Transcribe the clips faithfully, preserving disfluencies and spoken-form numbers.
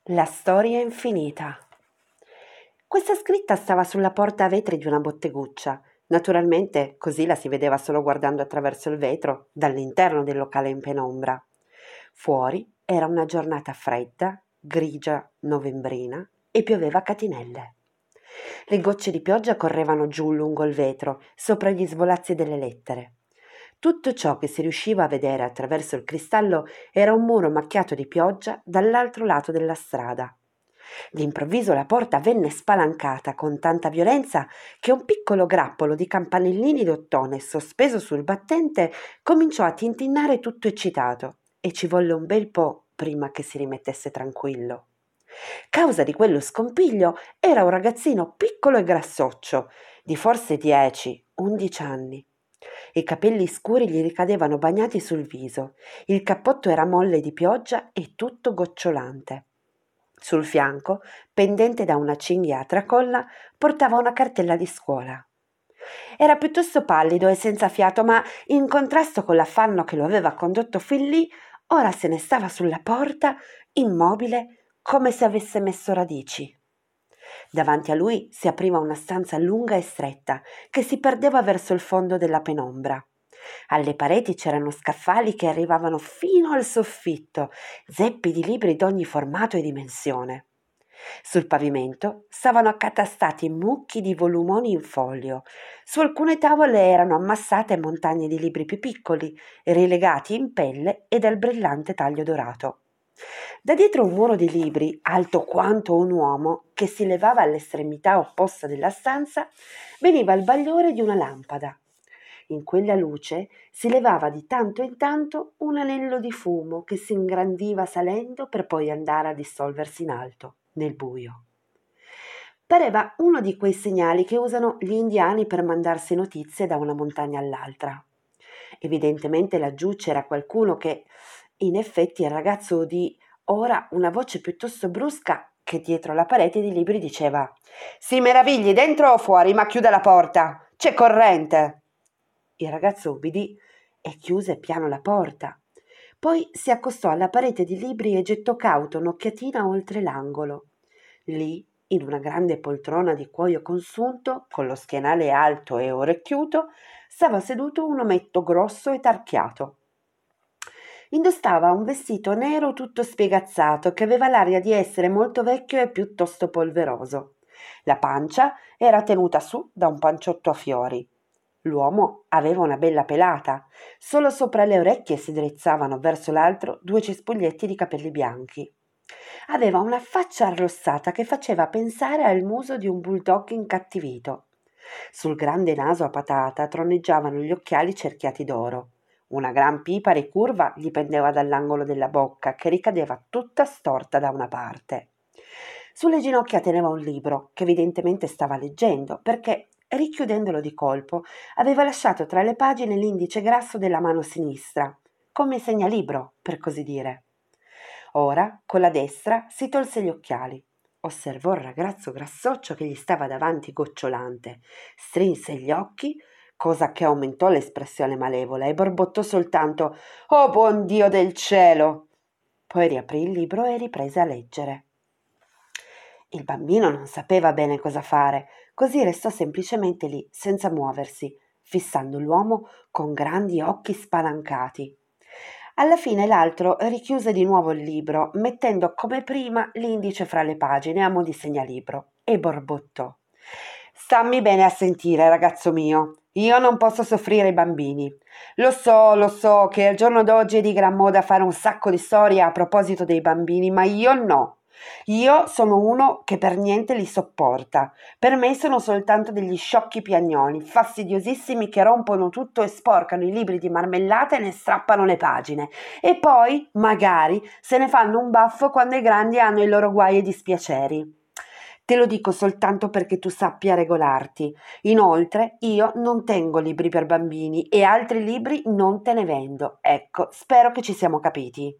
La storia infinita. Questa scritta stava sulla porta a vetri di una botteguccia. Naturalmente così la si vedeva solo guardando attraverso il vetro dall'interno del locale in penombra. Fuori era una giornata fredda, grigia, novembrina e pioveva a catinelle. Le gocce di pioggia correvano giù lungo il vetro, sopra gli svolazzi delle lettere. Tutto ciò che si riusciva a vedere attraverso il cristallo era un muro macchiato di pioggia dall'altro lato della strada. D'improvviso la porta venne spalancata con tanta violenza che un piccolo grappolo di campanellini d'ottone sospeso sul battente cominciò a tintinnare tutto eccitato e ci volle un bel po' prima che si rimettesse tranquillo. Causa di quello scompiglio era un ragazzino piccolo e grassoccio, di forse dieci, undici anni. I capelli scuri gli ricadevano bagnati sul viso, il cappotto era molle di pioggia e tutto gocciolante. Sul fianco, pendente da una cinghia a tracolla, portava una cartella di scuola. Era piuttosto pallido e senza fiato, ma in contrasto con l'affanno che lo aveva condotto fin lì, ora se ne stava sulla porta, immobile, come se avesse messo radici. Davanti a lui si apriva una stanza lunga e stretta, che si perdeva verso il fondo della penombra. Alle pareti c'erano scaffali che arrivavano fino al soffitto, zeppi di libri d'ogni formato e dimensione. Sul pavimento stavano accatastati mucchi di volumoni in folio. Su alcune tavole erano ammassate montagne di libri più piccoli, rilegati in pelle e dal brillante taglio dorato. Da dietro un muro di libri, alto quanto un uomo, che si levava all'estremità opposta della stanza, veniva il bagliore di una lampada. In quella luce si levava di tanto in tanto un anello di fumo che si ingrandiva salendo per poi andare a dissolversi in alto, nel buio. Pareva uno di quei segnali che usano gli indiani per mandarsi notizie da una montagna all'altra. Evidentemente laggiù c'era qualcuno che, in effetti, il ragazzo udì ora una voce piuttosto brusca che dietro la parete di libri diceva: «Si meravigli, dentro o fuori, ma chiuda la porta, c'è corrente!» Il ragazzo ubbidì e chiuse piano la porta. Poi si accostò alla parete di libri e gettò cauto un'occhiatina oltre l'angolo. Lì, in una grande poltrona di cuoio consunto, con lo schienale alto e orecchiuto, stava seduto un ometto grosso e tarchiato. Indossava un vestito nero tutto spiegazzato che aveva l'aria di essere molto vecchio e piuttosto polveroso. La pancia era tenuta su da un panciotto a fiori. L'uomo aveva una bella pelata, solo sopra le orecchie si drizzavano verso l'altro due cespuglietti di capelli bianchi. Aveva una faccia arrossata che faceva pensare al muso di un bulldog incattivito. Sul grande naso a patata troneggiavano gli occhiali cerchiati d'oro. Una gran pipa ricurva gli pendeva dall'angolo della bocca, che ricadeva tutta storta da una parte. Sulle ginocchia teneva un libro, che evidentemente stava leggendo, perché, richiudendolo di colpo, aveva lasciato tra le pagine l'indice grasso della mano sinistra, come segnalibro, per così dire. Ora, con la destra, si tolse gli occhiali. Osservò il ragazzo grassoccio che gli stava davanti gocciolante, strinse gli occhi, cosa che aumentò l'espressione malevola, e borbottò soltanto: «Oh buon Dio del cielo!» Poi riaprì il libro e riprese a leggere. Il bambino non sapeva bene cosa fare, così restò semplicemente lì, senza muoversi, fissando l'uomo con grandi occhi spalancati. Alla fine l'altro richiuse di nuovo il libro, mettendo come prima l'indice fra le pagine a mo' di segnalibro, e borbottò: «Stammi bene a sentire, ragazzo mio. Io non posso soffrire i bambini. Lo so, lo so che al giorno d'oggi è di gran moda fare un sacco di storie a proposito dei bambini, ma io no. Io sono uno che per niente li sopporta. Per me sono soltanto degli sciocchi piagnoni, fastidiosissimi, che rompono tutto e sporcano i libri di marmellata e ne strappano le pagine. E poi, magari, se ne fanno un baffo quando i grandi hanno i loro guai e dispiaceri. Te lo dico soltanto perché tu sappia regolarti. Inoltre, io non tengo libri per bambini e altri libri non te ne vendo. Ecco, spero che ci siamo capiti».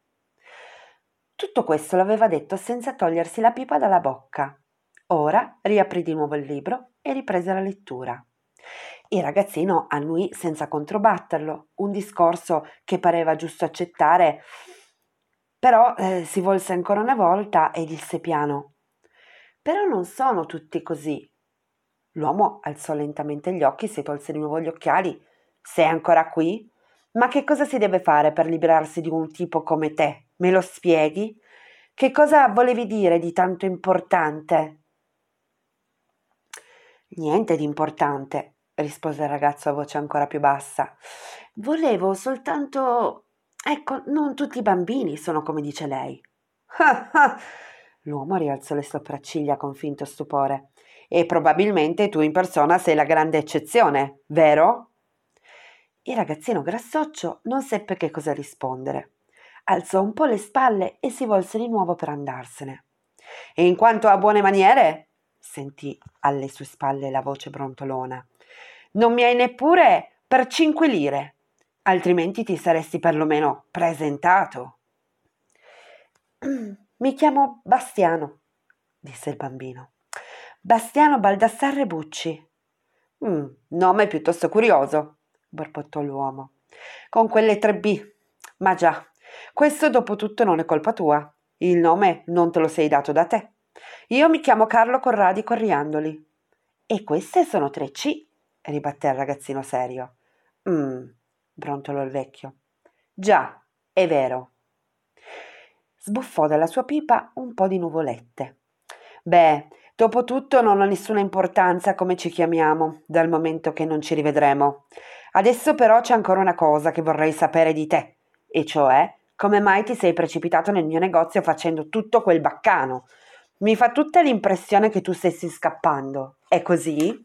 Tutto questo l'aveva detto senza togliersi la pipa dalla bocca. Ora riaprì di nuovo il libro e riprese la lettura. Il ragazzino annuì senza controbatterlo, un discorso che pareva giusto accettare Però eh, si volse ancora una volta e disse piano: «Però non sono tutti così». L'uomo alzò lentamente gli occhi, si tolse di nuovo gli occhiali. «Sei ancora qui? Ma che cosa si deve fare per liberarsi di un tipo come te? Me lo spieghi? Che cosa volevi dire di tanto importante?» «Niente di importante», rispose il ragazzo a voce ancora più bassa. «Volevo soltanto... Ecco, non tutti i bambini sono come dice lei». «Ah, ah!» L'uomo rialzò le sopracciglia con finto stupore. «E probabilmente tu in persona sei la grande eccezione, vero?» Il ragazzino grassoccio non seppe che cosa rispondere. Alzò un po' le spalle e si volse di nuovo per andarsene. «E in quanto a buone maniere», sentì alle sue spalle la voce brontolona, «non mi hai neppure per cinque lire, altrimenti ti saresti perlomeno presentato». «Mi chiamo Bastiano», disse il bambino. «Bastiano Baldassarre Bucci». Mm, «Nome piuttosto curioso», borbottò l'uomo. «Con quelle tre B. Ma già, questo dopo tutto non è colpa tua. Il nome non te lo sei dato da te. Io mi chiamo Carlo Corradi Corriandoli». «E queste sono tre C», ribatté il ragazzino serio. «Mm», brontolò il vecchio. «Già, è vero». Sbuffò dalla sua pipa un po' di nuvolette. «Beh, dopo tutto non ha nessuna importanza come ci chiamiamo, dal momento che non ci rivedremo. Adesso però c'è ancora una cosa che vorrei sapere di te, e cioè come mai ti sei precipitato nel mio negozio facendo tutto quel baccano. Mi fa tutta l'impressione che tu stessi scappando. È così?»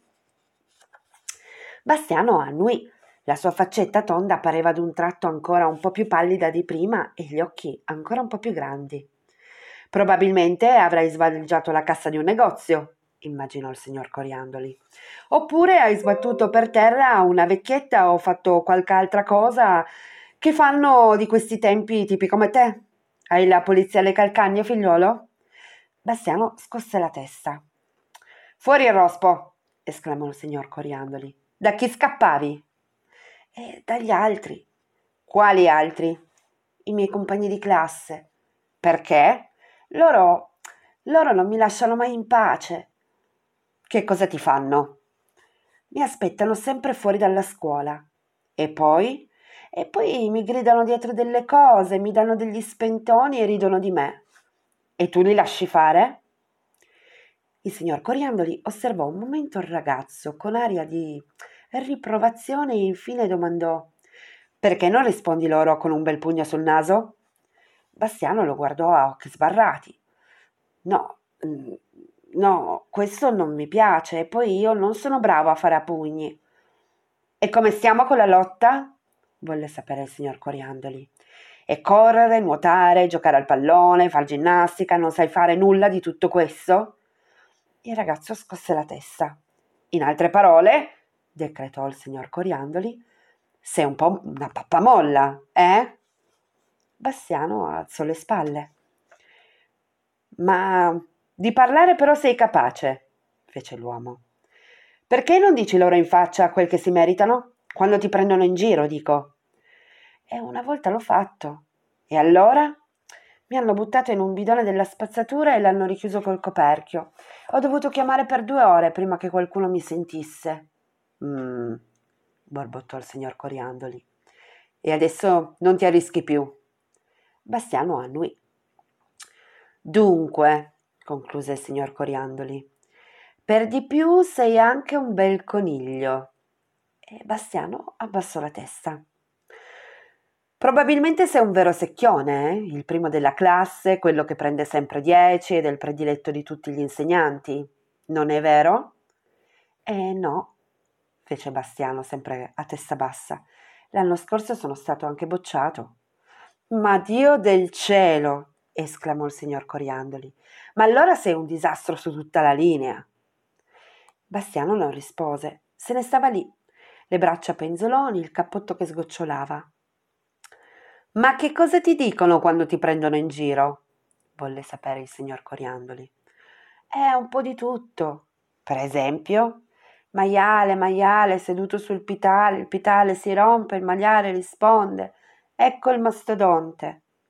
Bastiano annuì. La sua faccetta tonda pareva ad un tratto ancora un po' più pallida di prima e gli occhi ancora un po' più grandi. «Probabilmente avrai svaligiato la cassa di un negozio», immaginò il signor Coriandoli. «Oppure hai sbattuto per terra una vecchietta o fatto qualche altra cosa che fanno di questi tempi tipi come te. Hai la polizia alle calcagna, figliuolo?» Bastiano scosse la testa. «Fuori il rospo!» esclamò il signor Coriandoli. «Da chi scappavi?» «E dagli altri». «Quali altri?» «I miei compagni di classe». «Perché?» Loro, loro non mi lasciano mai in pace». «Che cosa ti fanno?» «Mi aspettano sempre fuori dalla scuola». «E poi?» «E poi mi gridano dietro delle cose, mi danno degli spentoni e ridono di me». «E tu li lasci fare?» Il signor Coriandoli osservò un momento il ragazzo con aria di riprovazione e infine domandò: «Perché non rispondi loro con un bel pugno sul naso?» Bastiano lo guardò a occhi sbarrati. «No, mm, no, questo non mi piace, e poi io non sono bravo a fare a pugni». «E come stiamo con la lotta?» volle sapere il signor Coriandoli. «E correre, nuotare, giocare al pallone, far ginnastica, non sai fare nulla di tutto questo?» Il ragazzo scosse la testa. «In altre parole», decretò il signor Coriandoli, «sei un po' una pappamolla, eh?» Bastiano alzò le spalle. «Ma di parlare però sei capace», fece l'uomo. «Perché non dici loro in faccia quel che si meritano? Quando ti prendono in giro, dico». «E una volta l'ho fatto». «E allora?» «Mi hanno buttato in un bidone della spazzatura e l'hanno richiuso col coperchio. Ho dovuto chiamare per due ore prima che qualcuno mi sentisse». «Mmm», borbottò il signor Coriandoli. «E adesso non ti arrischi più?» Bastiano annuì. «Dunque», concluse il signor Coriandoli, «per di più sei anche un bel coniglio». E Bastiano abbassò la testa. «Probabilmente sei un vero secchione, eh? Il primo della classe, quello che prende sempre dieci ed è il prediletto di tutti gli insegnanti. Non è vero?» «Eh no», fece Bastiano sempre a testa bassa. «L'anno scorso sono stato anche bocciato». «Ma Dio del cielo!» esclamò il signor Coriandoli. «Ma allora sei un disastro su tutta la linea». Bastiano non rispose, se ne stava lì, le braccia penzoloni, il cappotto che sgocciolava. «Ma che cosa ti dicono quando ti prendono in giro?» volle sapere il signor Coriandoli. «È un po' di tutto». «Per esempio?» «Maiale, maiale, seduto sul pitale, il pitale si rompe, il maiale risponde. Ecco il mastodonte».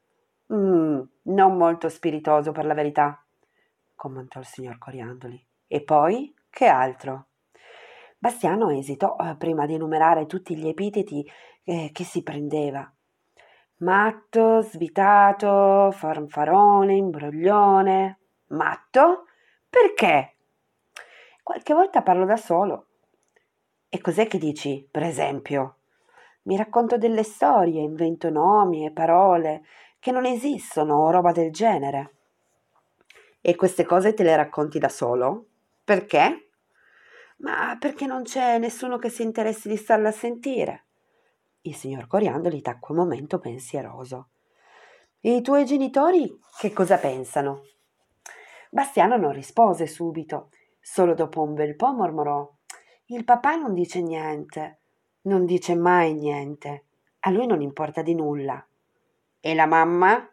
Mm, non molto spiritoso per la verità, commentò il signor Coriandoli. E poi, che altro? Bastiano esitò eh, prima di enumerare tutti gli epiteti eh, che si prendeva. Matto, svitato, fanfarone, imbroglione. Matto? Perché? Qualche volta parlo da solo. E cos'è che dici, per esempio? Mi racconto delle storie, invento nomi e parole che non esistono o roba del genere. E queste cose te le racconti da solo? Perché? Ma perché non c'è nessuno che si interessi di starla a sentire. Il signor Coriandoli tacque un momento pensieroso. E i tuoi genitori che cosa pensano? Bastiano non rispose subito. Solo dopo un bel po' mormorò: il papà non dice niente, non dice mai niente. A lui non importa di nulla. E la mamma?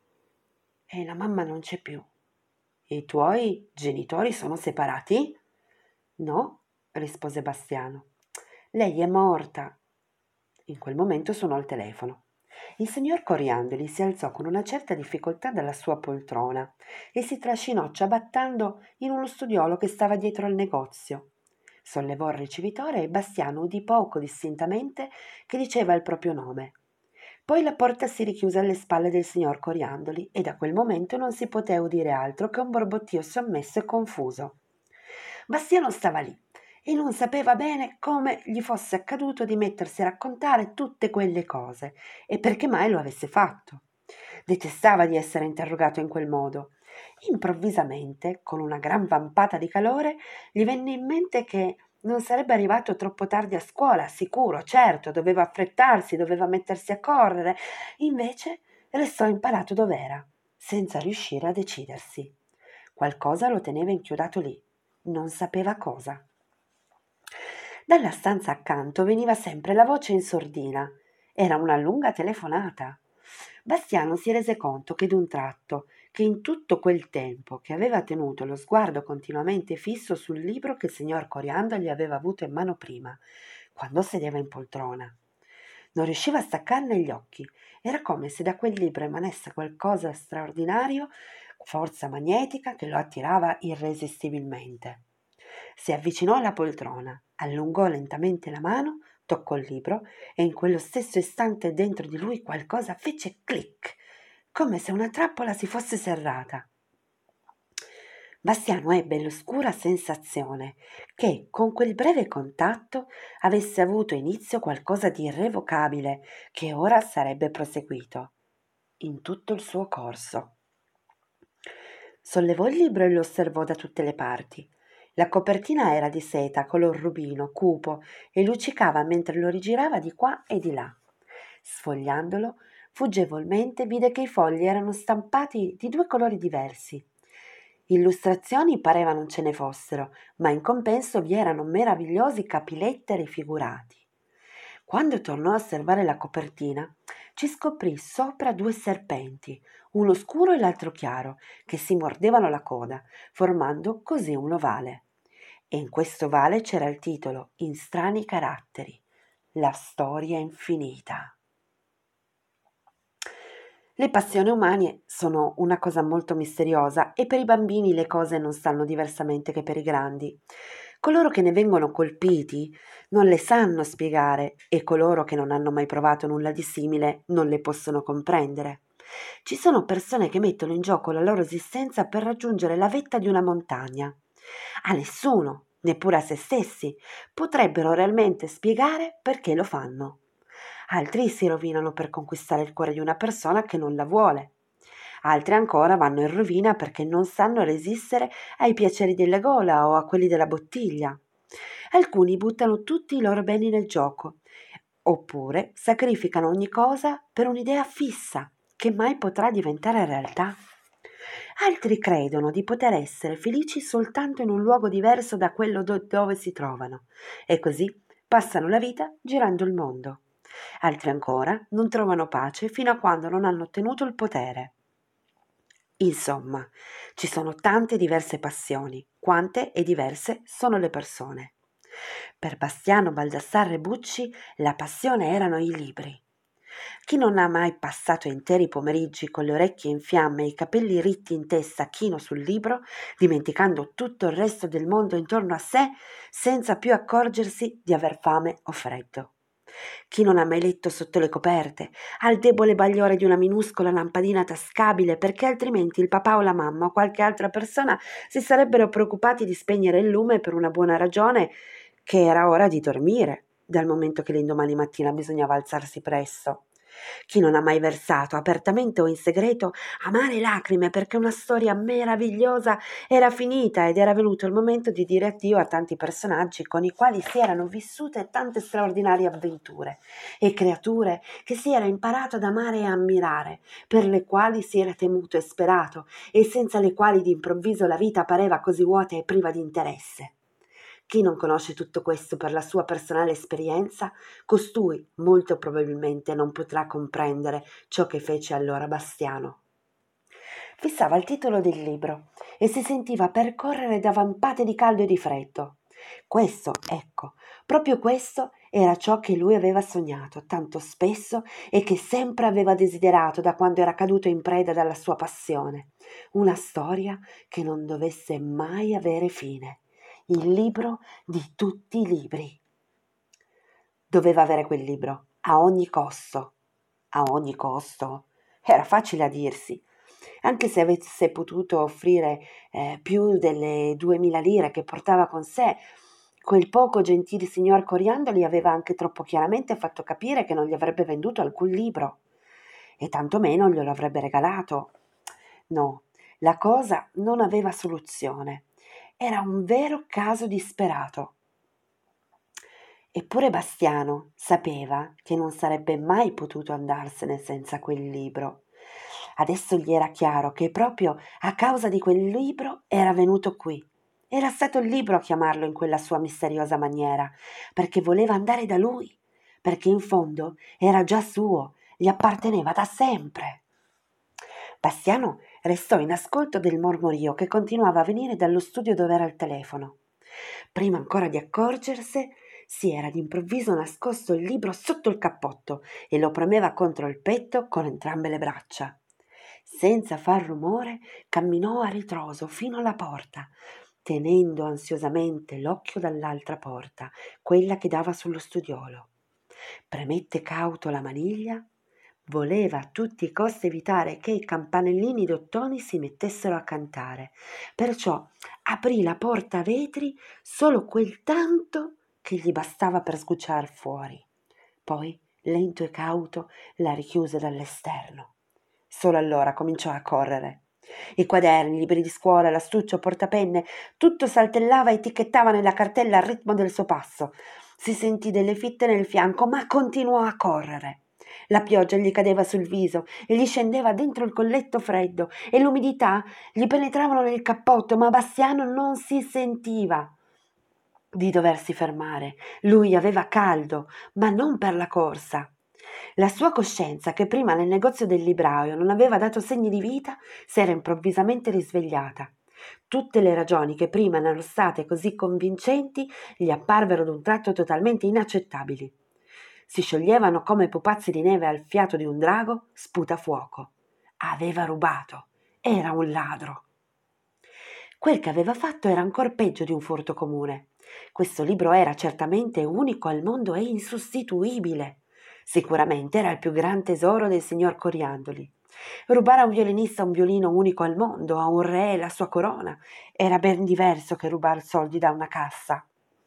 E la mamma non c'è più. E i tuoi genitori sono separati? No, rispose Bastiano. Lei è morta. In quel momento suonò il telefono. Il signor Coriandoli si alzò con una certa difficoltà dalla sua poltrona e si trascinò ciabattando in uno studiolo che stava dietro al negozio. Sollevò il ricevitore e Bastiano udì poco distintamente che diceva il proprio nome. Poi la porta si richiuse alle spalle del signor Coriandoli e da quel momento non si poté udire altro che un borbottio sommesso e confuso. Bastiano stava lì e non sapeva bene come gli fosse accaduto di mettersi a raccontare tutte quelle cose e perché mai lo avesse fatto. Detestava di essere interrogato in quel modo. Improvvisamente, con una gran vampata di calore, gli venne in mente che non sarebbe arrivato troppo tardi a scuola, sicuro, certo, doveva affrettarsi, doveva mettersi a correre. Invece restò impalato dov'era, senza riuscire a decidersi. Qualcosa lo teneva inchiodato lì, non sapeva cosa. Dalla stanza accanto veniva sempre la voce in sordina. Era una lunga telefonata. Bastiano si rese conto che d'un tratto, che in tutto quel tempo che aveva tenuto lo sguardo continuamente fisso sul libro che il signor Coriando gli aveva avuto in mano prima, quando sedeva in poltrona. Non riusciva a staccarne gli occhi. Era come se da quel libro emanesse qualcosa straordinario, forza magnetica che lo attirava irresistibilmente. Si avvicinò alla poltrona, allungò lentamente la mano, toccò il libro e in quello stesso istante dentro di lui qualcosa fece clic, come se una trappola si fosse serrata. Bastiano ebbe l'oscura sensazione che con quel breve contatto avesse avuto inizio qualcosa di irrevocabile che ora sarebbe proseguito in tutto il suo corso. Sollevò il libro e lo osservò da tutte le parti. La copertina era di seta color rubino, cupo, e luccicava mentre lo rigirava di qua e di là. Sfogliandolo, fuggevolmente vide che i fogli erano stampati di due colori diversi. Illustrazioni pareva non ce ne fossero, ma in compenso vi erano meravigliosi capiletteri figurati. Quando tornò a osservare la copertina, ci scoprì sopra due serpenti, uno scuro e l'altro chiaro, che si mordevano la coda, formando così un ovale. E in questo ovale c'era il titolo, in strani caratteri, La storia infinita. Le passioni umane sono una cosa molto misteriosa e per i bambini le cose non stanno diversamente che per i grandi. Coloro che ne vengono colpiti non le sanno spiegare e coloro che non hanno mai provato nulla di simile non le possono comprendere. Ci sono persone che mettono in gioco la loro esistenza per raggiungere la vetta di una montagna. A nessuno, neppure a se stessi, potrebbero realmente spiegare perché lo fanno. Altri si rovinano per conquistare il cuore di una persona che non la vuole. Altri ancora vanno in rovina perché non sanno resistere ai piaceri della gola o a quelli della bottiglia. Alcuni buttano tutti i loro beni nel gioco, oppure sacrificano ogni cosa per un'idea fissa che mai potrà diventare realtà. Altri credono di poter essere felici soltanto in un luogo diverso da quello do- dove si trovano e così passano la vita girando il mondo. Altri ancora non trovano pace fino a quando non hanno ottenuto il potere. Insomma, ci sono tante diverse passioni, quante e diverse sono le persone. Per Bastiano Baldassarre Bucci la passione erano i libri. Chi non ha mai passato interi pomeriggi con le orecchie in fiamme e i capelli ritti in testa chino sul libro, dimenticando tutto il resto del mondo intorno a sé, senza più accorgersi di aver fame o freddo? Chi non ha mai letto sotto le coperte, al debole bagliore di una minuscola lampadina tascabile, perché altrimenti il papà o la mamma o qualche altra persona si sarebbero preoccupati di spegnere il lume per una buona ragione, che era ora di dormire, dal momento che l'indomani mattina bisognava alzarsi presto. Chi non ha mai versato, apertamente o in segreto, amare lacrime perché una storia meravigliosa era finita ed era venuto il momento di dire addio a tanti personaggi con i quali si erano vissute tante straordinarie avventure e creature che si era imparato ad amare e ammirare, per le quali si era temuto e sperato e senza le quali d'improvviso la vita pareva così vuota e priva di interesse. Chi non conosce tutto questo per la sua personale esperienza, costui molto probabilmente non potrà comprendere ciò che fece allora Bastiano. Fissava il titolo del libro e si sentiva percorrere da vampate di caldo e di freddo. Questo, ecco, proprio questo era ciò che lui aveva sognato tanto spesso e che sempre aveva desiderato da quando era caduto in preda dalla sua passione. Una storia che non dovesse mai avere fine. Il libro di tutti i libri. Doveva avere quel libro, a ogni costo. A ogni costo? Era facile a dirsi. Anche se avesse potuto offrire eh, più delle duemila lire che portava con sé, quel poco gentile signor Coriandoli aveva anche troppo chiaramente fatto capire che non gli avrebbe venduto alcun libro, e tantomeno glielo avrebbe regalato. No, la cosa non aveva soluzione. Era un vero caso disperato. Eppure Bastiano sapeva che non sarebbe mai potuto andarsene senza quel libro. Adesso gli era chiaro che proprio a causa di quel libro era venuto qui. Era stato il libro a chiamarlo in quella sua misteriosa maniera, perché voleva andare da lui, perché in fondo era già suo, gli apparteneva da sempre. Bastiano restò in ascolto del mormorio che continuava a venire dallo studio dove era il telefono. Prima ancora di accorgersi, si era d'improvviso nascosto il libro sotto il cappotto e lo premeva contro il petto con entrambe le braccia. Senza far rumore, camminò a ritroso fino alla porta, tenendo ansiosamente l'occhio dall'altra porta, quella che dava sullo studiolo. Premette cauto la maniglia. Voleva a tutti i costi evitare che i campanellini d'ottoni si mettessero a cantare, perciò aprì la porta a vetri solo quel tanto che gli bastava per sgucciar fuori. Poi, lento e cauto, la richiuse dall'esterno. Solo allora cominciò a correre. I quaderni, i libri di scuola, l'astuccio, portapenne, tutto saltellava e ticchettava nella cartella al ritmo del suo passo. Si sentì delle fitte nel fianco, ma continuò a correre. La pioggia gli cadeva sul viso e gli scendeva dentro il colletto freddo e l'umidità gli penetravano nel cappotto, ma Bastiano non si sentiva di doversi fermare. Lui aveva caldo, ma non per la corsa. La sua coscienza, che prima nel negozio del libraio non aveva dato segni di vita, si era improvvisamente risvegliata. Tutte le ragioni che prima erano state così convincenti gli apparvero d'un tratto totalmente inaccettabili. Si scioglievano come pupazzi di neve al fiato di un drago sputafuoco. Aveva rubato. Era un ladro. Quel che aveva fatto era ancor peggio di un furto comune. Questo libro era certamente unico al mondo e insostituibile. Sicuramente era il più gran tesoro del signor Coriandoli. Rubare a un violinista un violino unico al mondo, a un re la sua corona, era ben diverso che rubar soldi da una cassa.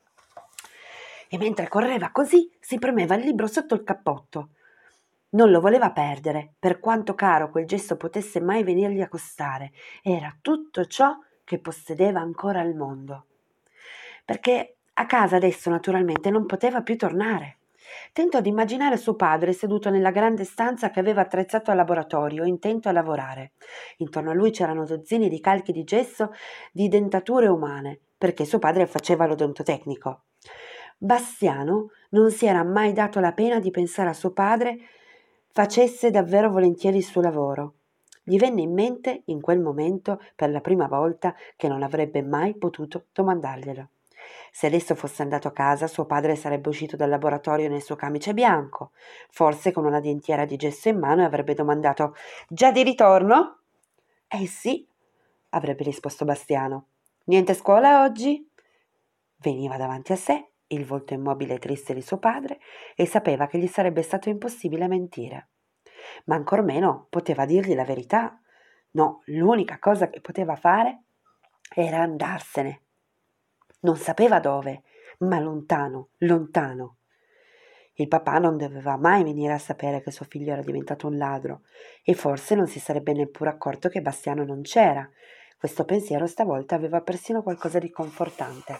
E mentre correva così, si premeva il libro sotto il cappotto. Non lo voleva perdere, per quanto caro quel gesto potesse mai venirgli a costare. Era tutto ciò che possedeva ancora al mondo. Perché a casa adesso naturalmente non poteva più tornare. Tentò di immaginare suo padre seduto nella grande stanza che aveva attrezzato al laboratorio, intento a lavorare. Intorno a lui c'erano dozzine di calchi di gesso di dentature umane, perché suo padre faceva l'odontotecnico. Bastiano non si era mai dato la pena di pensare a suo padre facesse davvero volentieri il suo lavoro. Gli venne in mente, in quel momento, per la prima volta, che non avrebbe mai potuto domandarglielo. Se adesso fosse andato a casa, suo padre sarebbe uscito dal laboratorio nel suo camice bianco, forse con una dentiera di gesso in mano, e avrebbe domandato: «Già di ritorno?» «Eh sì», avrebbe risposto Bastiano. «Niente scuola oggi?» Veniva davanti a sé il volto immobile e triste di suo padre e sapeva che gli sarebbe stato impossibile mentire. Ma ancor meno poteva dirgli la verità. No, l'unica cosa che poteva fare era andarsene. Non sapeva dove, ma lontano, lontano. Il papà non doveva mai venire a sapere che suo figlio era diventato un ladro, e forse non si sarebbe neppure accorto che Bastiano non c'era. Questo pensiero stavolta aveva persino qualcosa di confortante.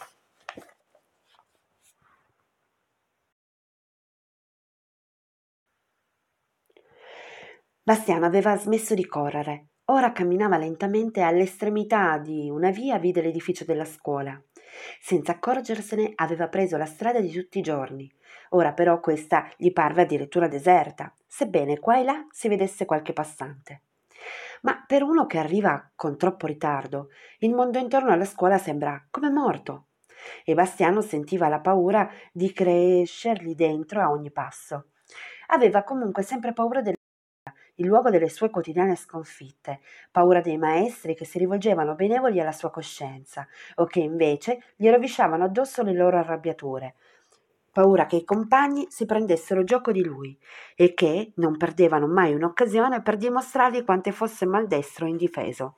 Bastiano aveva smesso di correre. Ora camminava lentamente, all'estremità di una via vide l'edificio della scuola. Senza accorgersene aveva preso la strada di tutti i giorni. Ora però questa gli parve addirittura deserta, sebbene qua e là si vedesse qualche passante. Ma per uno che arriva con troppo ritardo, il mondo intorno alla scuola sembra come morto. E Bastiano sentiva la paura di crescergli dentro a ogni passo. Aveva comunque sempre paura del il luogo delle sue quotidiane sconfitte, paura dei maestri che si rivolgevano benevoli alla sua coscienza o che invece gli rovesciavano addosso le loro arrabbiature, paura che i compagni si prendessero gioco di lui e che non perdevano mai un'occasione per dimostrargli quanto fosse maldestro e indifeso.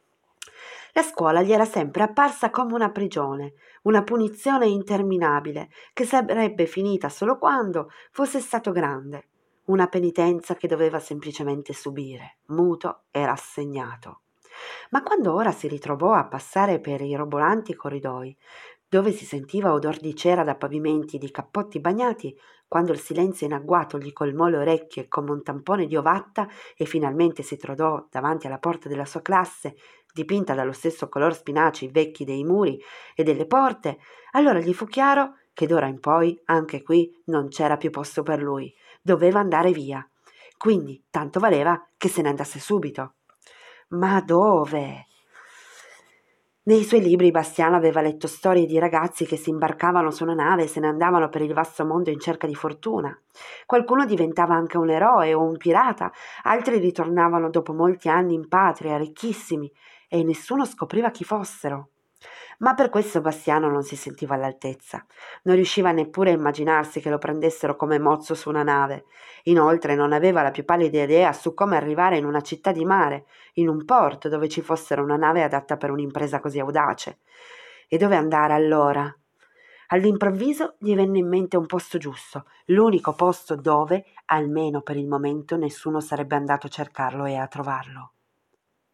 La scuola gli era sempre apparsa come una prigione, una punizione interminabile che sarebbe finita solo quando fosse stato grande, una penitenza che doveva semplicemente subire, muto e rassegnato. Ma quando ora si ritrovò a passare per i robolanti corridoi, dove si sentiva odor di cera da pavimenti di cappotti bagnati, quando il silenzio in agguato gli colmò le orecchie come un tampone di ovatta e finalmente si trovò davanti alla porta della sua classe, dipinta dallo stesso color spinaci vecchi dei muri e delle porte, allora gli fu chiaro che d'ora in poi anche qui non c'era più posto per lui, doveva andare via. Quindi tanto valeva che se ne andasse subito. Ma dove? Nei suoi libri Bastiano aveva letto storie di ragazzi che si imbarcavano su una nave e se ne andavano per il vasto mondo in cerca di fortuna. Qualcuno diventava anche un eroe o un pirata, altri ritornavano dopo molti anni in patria, ricchissimi, e nessuno scopriva chi fossero. Ma per questo Bastiano non si sentiva all'altezza, non riusciva neppure a immaginarsi che lo prendessero come mozzo su una nave. Inoltre non aveva la più pallida idea su come arrivare in una città di mare, in un porto dove ci fosse una nave adatta per un'impresa così audace. E dove andare allora? All'improvviso gli venne in mente un posto giusto, l'unico posto dove, almeno per il momento, nessuno sarebbe andato a cercarlo e a trovarlo.